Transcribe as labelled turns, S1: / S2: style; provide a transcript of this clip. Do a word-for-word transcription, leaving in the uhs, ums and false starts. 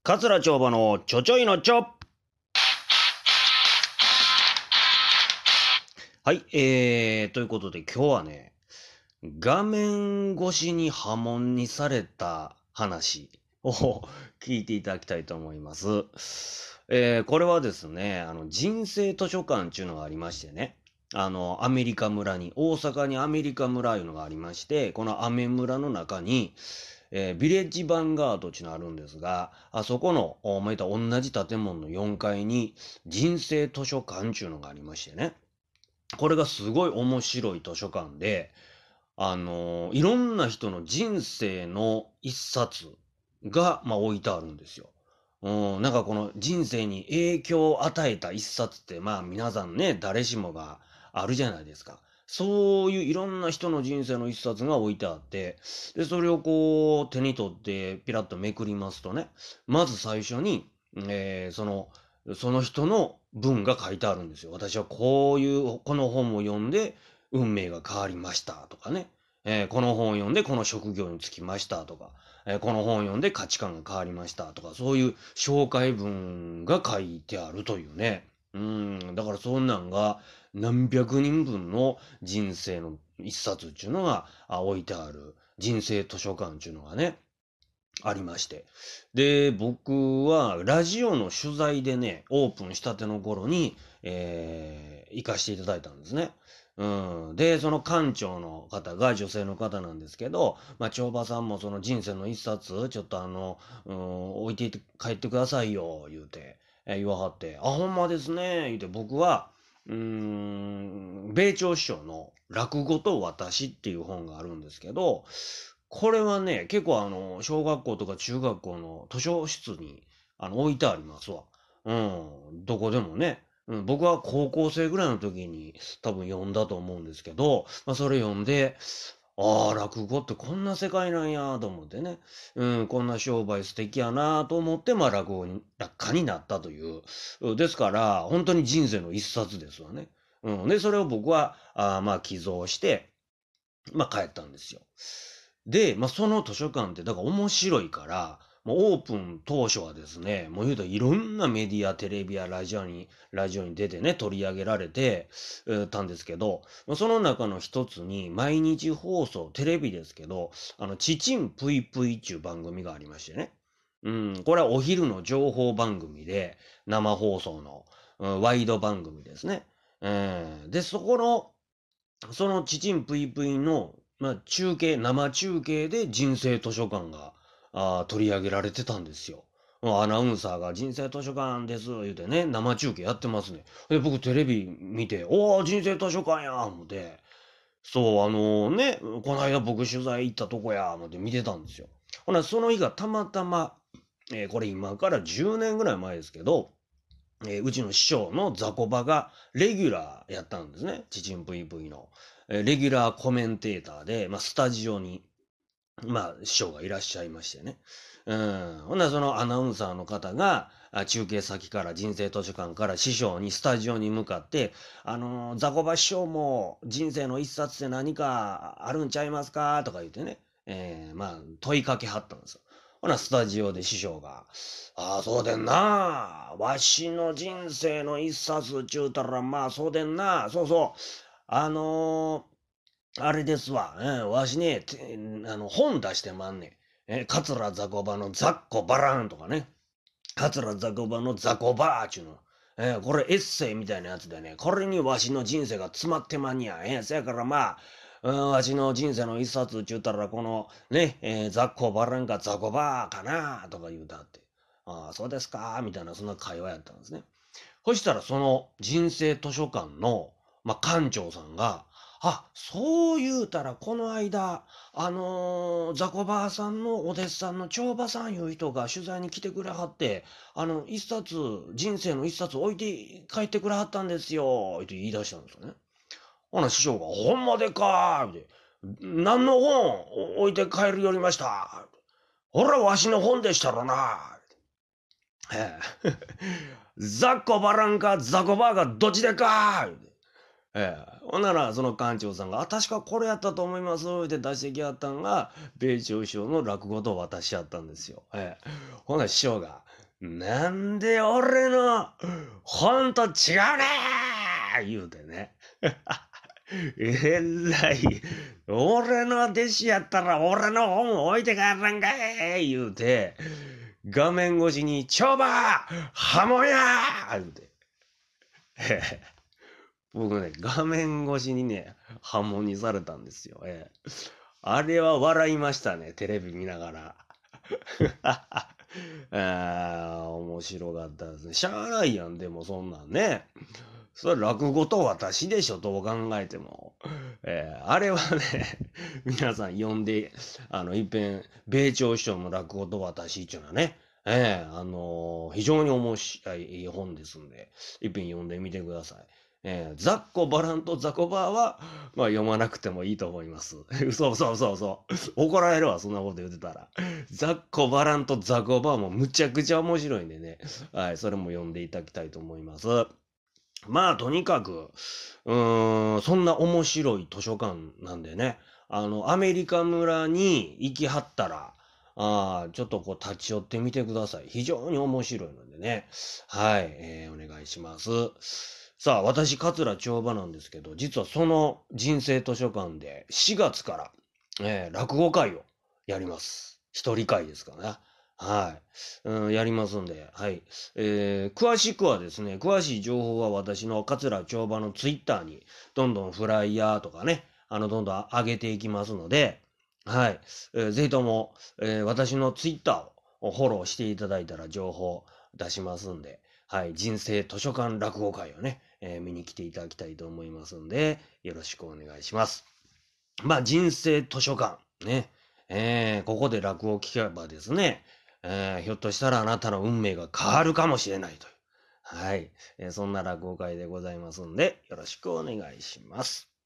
S1: 桂帳場のちょちょいのちょ。はい、えー、ということで今日はね、画面越しに波紋にされた話を聞いていただきたいと思います。えー、これはですね、あの、人生図書館っていうのがありましてね、あの、アメリカ村に、大阪にアメリカ村いうのがありまして、このアメ村の中に、えービレッジヴァンガードっていうのがあるんですが、あそこの、おまあ、言ったら同じ建物のよんかいに人生図書館っていうのがありましてね、これがすごい面白い図書館で、あのーいろんな人の人生の一冊が、まあ、置いてあるんですよ。うん、なんかこの人生に影響を与えた一冊って、まあ皆さんね、誰しもがあるじゃないですか。そういういろんな人の人生の一冊が置いてあって、で、それをこう手に取ってピラッとめくりますとね、まず最初に、えーその、その人の文が書いてあるんですよ。私はこういう、この本を読んで運命が変わりましたとかね。えーこの本を読んでこの職業に就きましたとか、えーこの本を読んで価値観が変わりましたとか、そういう紹介文が書いてあるというね。うん、だからそんなんが何百人分の人生の一冊っていうのがあ置いてある人生図書館っていうのがね、ありまして。で、僕はラジオの取材でね、オープンしたての頃に、えー行かしていただいたんですね。うん。で、その館長の方が女性の方なんですけど、まあ、長馬さんもその人生の一冊、ちょっとあの、うん、置いていって帰ってくださいよ、言うて、えー言わはって、あ、ほんまですね、言うて、僕は、うーん、米朝師匠の落語と私っていう本があるんですけど、これはね、結構あの、小学校とか中学校の図書室にあの置いてありますわ。うん、どこでもね。うん、僕は高校生ぐらいの時に多分読んだと思うんですけど、まあ、それ読んで、ああ、落語ってこんな世界なんやと思ってね、うん、こんな商売素敵やなと思って、まあ落語に、落語になったという。うんですから、本当に人生の一冊ですわね。うん、で、それを僕は、あーまあ寄贈して、まあ帰ったんですよ。で、まあ、その図書館ってだから面白いから、もうオープン当初はですね、もう言うといろんなメディア、テレビやラジオに、ラジオに出てね、取り上げられて、えーたんですけど、まあその中の一つに、毎日放送、テレビですけど、あの、ちちんぷいぷいっていう番組がありましてね。うん、これはお昼の情報番組で、生放送の、うんワイド番組ですね。うんで、そこの、そのちちんぷいぷいの、まあ、中継、生中継で人生図書館があー取り上げられてたんですよ。アナウンサーが人生図書館です、言うてね、生中継やってますね。で、僕テレビ見て、おー、人生図書館や思って、そう、あのね、この間僕取材行ったとこや、思って見てたんですよ。ほな、その日がたまたま、えーこれ今からじゅうねんぐらい前ですけど、えーうちの師匠の雑魚場がレギュラーやったんですね。ちちんぷいぷいの。えーレギュラーコメンテーターで、まあ、スタジオに、まあ、師匠がいらっしゃいましてね。うん。ほんならそのアナウンサーの方が、あ中継先から人生図書館から師匠にスタジオに向かって、あのー、雑魚場師匠も人生の一冊で何かあるんちゃいますかとか言ってね、えーまあ、問いかけはったんですよ。ほな、スタジオで師匠が、ああ、そうでんな。わしの人生の一冊ちゅうたら、まあ、そうでんな。そうそう。あのーあれですわ。うん、わしね、てあの、本出してまんねん。え、桂雑魚場の雑魚バランとかね。桂雑魚場の雑魚バーっちゅうの。えーこれエッセイみたいなやつでね、これにわしの人生が詰まってまんにや。えー、せやからまあ、うん、わしの人生の一冊ちゅうたら、このね、えー、雑魚バランか雑魚バーかなとか言うたって。ああ、そうですかみたいな、そんな会話やったんですね。そしたらその人生図書館の、まあ、館長さんが、あ、そう言うたらこの間、あのー、ザコバーさんのお弟子さんの長馬さんいう人が取材に来てくれはって、あの、一冊、人生の一冊置いて帰ってくれはったんですよ、って言い出したんですよね。ほな師匠が、ほんまでかーって、何の本置いて帰るよりましたほら、わしの本でしたろなええ。ザッコバランかザコバーがどっちでか言うてええ。ほんなら、その館長さんが、あ、確かこれやったと思いますって出してきはったんが、米朝師匠の落語と私やったんですよ。ええ。ほな、師匠が、 なんで俺の本と違うねー言うてね。えらい、俺の弟子やったら俺の本置いて帰らんかい言うて、画面越しに、帳場ハモやー言うて。僕ね、画面越しにね、波紋にされたんですよ。ええ、あれは笑いましたね、テレビ見ながら。ああ、面白かったですね。しゃあないやん、でもそんなんね。それ落語と私でしょ、どう考えても。えー、あれはね、皆さん読んで、あの、いっぺん、米朝師匠の落語と私っていうのはね、ええー、あのー、非常に面白い本ですんで、いっぺん読んでみてください。えー、ザッコバランとザコバーは、まあ読まなくてもいいと思います。そうそうそうそう。怒られるわ、そんなこと言ってたら。ザッコバランとザコバーもむちゃくちゃ面白いんでね。はい、それも読んでいただきたいと思います。まあ、とにかく、うーん、そんな面白い図書館なんでね、あの、アメリカ村に行きはったら、あーちょっとこう立ち寄ってみてください。非常に面白いのでね。はい、えーお願いします。さあ、私、桂長馬なんですけど、実はその人生図書館でしがつから、えー落語会をやります。一人会ですかね。はい。うん、やりますんで、はい。えー詳しくはですね、詳しい情報は私の桂長馬のツイッターに、どんどんフライヤーとかね、あの、どんどん上げていきますので、はい。えーぜひとも、えー私のツイッターをフォローしていただいたら情報出しますんで、はい。人生図書館落語会をね、えー見に来ていただきたいと思いますんで、よろしくお願いします。まあ、人生図書館、ね。えーここで落語を聞けばですね、えーひょっとしたらあなたの運命が変わるかもしれないという。はい。えーそんな落語会でございますんで、よろしくお願いします。